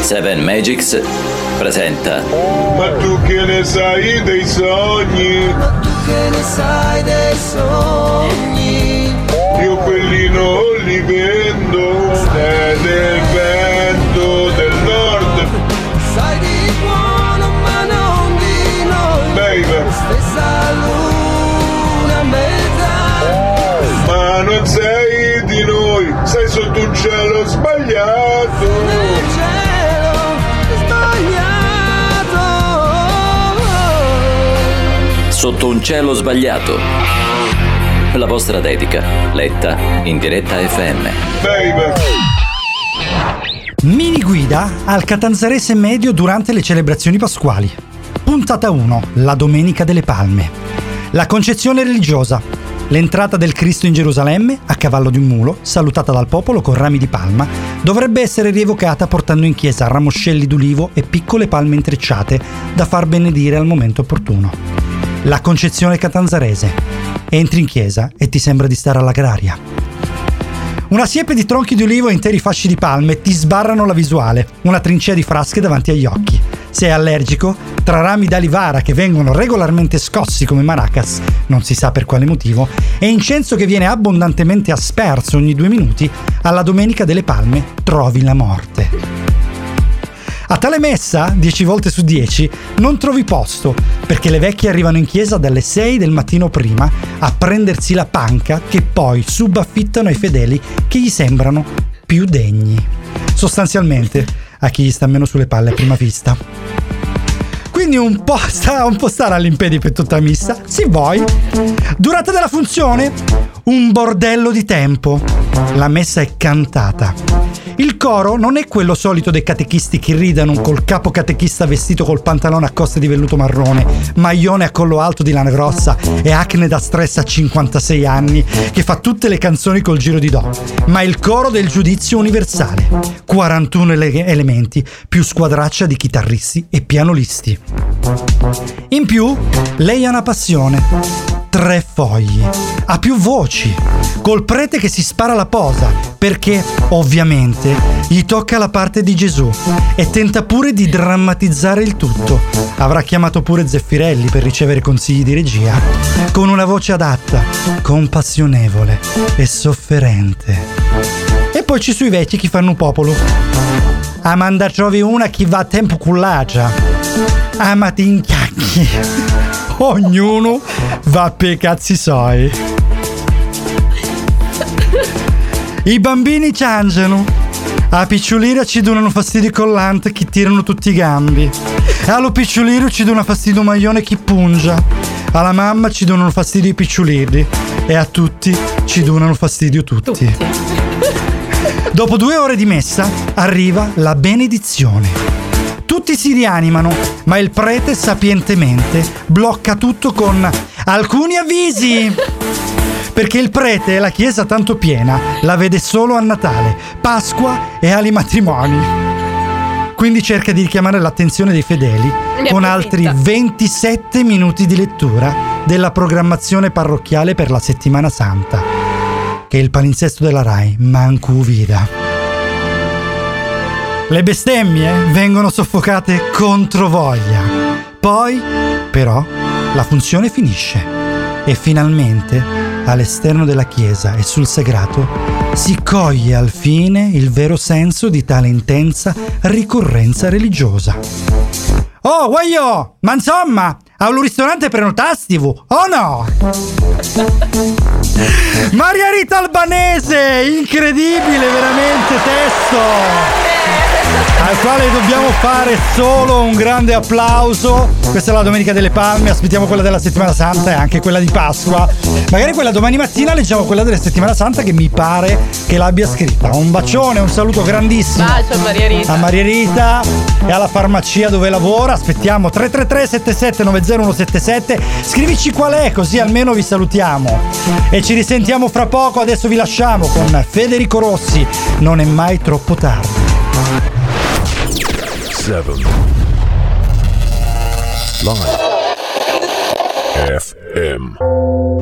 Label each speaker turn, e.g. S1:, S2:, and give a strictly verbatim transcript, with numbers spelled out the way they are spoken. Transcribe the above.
S1: Seven Magics presenta.
S2: Ma tu che ne sai dei sogni?
S3: Ma tu che ne sai dei sogni?
S2: Io quelli non li vendo, è del vento del nord.
S3: Sai di buono ma non di noi,
S2: Baby,
S3: stessa luna a metà.
S2: ma non sei di noi, sei sotto un cielo sbagliato.
S3: Nel cielo sbagliato.
S1: Sotto un cielo sbagliato. La vostra dedica, letta in diretta F M.
S2: Baby,
S4: Mini guida al Catanzarese medio durante le celebrazioni pasquali. Puntata uno, la Domenica delle Palme. La concezione religiosa. L'entrata del Cristo in Gerusalemme, a cavallo di un mulo, salutata dal popolo con rami di palma, dovrebbe essere rievocata portando in chiesa ramoscelli d'ulivo e piccole palme intrecciate da far benedire al momento opportuno. La concezione catanzarese. Entri in chiesa e ti sembra di stare all'agraria. Una siepe di tronchi di ulivo e interi fasci di palme ti sbarrano la visuale, una trincea di frasche davanti agli occhi. Sei allergico, tra rami d'alivara che vengono regolarmente scossi come maracas, non si sa per quale motivo, e incenso che viene abbondantemente asperso ogni due minuti, alla Domenica delle Palme trovi la morte. A tale messa, dieci volte su dieci, non trovi posto, perché le vecchie arrivano in chiesa dalle sei del mattino prima a prendersi la panca che poi subaffittano ai fedeli che gli sembrano più degni. Sostanzialmente, a chi gli sta meno sulle palle a prima vista. Quindi un po' sta un po' stare all'impedi per tutta missa, si vuoi. Durata della funzione? Un bordello di tempo. La messa è cantata. Il coro non è quello solito dei catechisti che ridano col capo catechista vestito col pantalone a coste di velluto marrone, maglione a collo alto di lana grossa e acne da stress a cinquantasei anni, che fa tutte le canzoni col giro di do, ma il coro del giudizio universale. quarantuno ele- elementi più squadraccia di chitarristi e pianolisti. In più, lei ha una passione. Tre fogli, a più voci, col prete che si spara la posa, perché ovviamente gli tocca la parte di Gesù e tenta pure di drammatizzare il tutto. Avrà chiamato pure Zeffirelli per ricevere consigli di regia, con una voce adatta, compassionevole e sofferente. E poi ci sui vecchi chi fanno un popolo. Amanda trovi una chi va a tempo cullagia, amati in chiacchi. Ognuno va per cazzi suoi. I bambini ciangiano, a picciolira ci donano fastidio collante chi tirano tutti i gambi, allo piccioliro ci dona fastidio maglione chi pungia, alla mamma ci donano fastidio i piccioliri e a tutti ci donano fastidio tutti. tutti. Dopo due ore di messa arriva la benedizione. Tutti si rianimano, ma il prete sapientemente blocca tutto con alcuni avvisi. Perché il prete, la chiesa tanto piena, la vede solo a Natale, Pasqua e ai matrimoni. Quindi cerca di richiamare l'attenzione dei fedeli con altri ventisette minuti di lettura della programmazione parrocchiale per la Settimana Santa, che il palinsesto della Rai manco vida. Le bestemmie vengono soffocate contro voglia. Poi, però, la funzione finisce e finalmente, all'esterno della chiesa e sul sagrato, si coglie al fine il vero senso di tale intensa ricorrenza religiosa. Oh, guaio! Ma insomma, a un ristorante prenotasti, o oh no? Maria Rita Albanese, incredibile, veramente testo! Al quale dobbiamo fare solo un grande applauso. Questa è la Domenica delle Palme, aspettiamo quella della Settimana Santa e anche quella di Pasqua. Magari quella domani mattina leggiamo quella della Settimana Santa, che mi pare che l'abbia scritta. Un bacione, un saluto grandissimo.
S5: Bacio a Maria Rita.
S4: A Maria Rita e alla farmacia dove lavora. Aspettiamo tre tre tre sette sette nove zero uno sette sette. Scrivici qual è, così almeno vi salutiamo. E ci risentiamo fra poco. Adesso vi lasciamo con Federico Rossi. Non è mai troppo tardi.
S6: seven Live F M.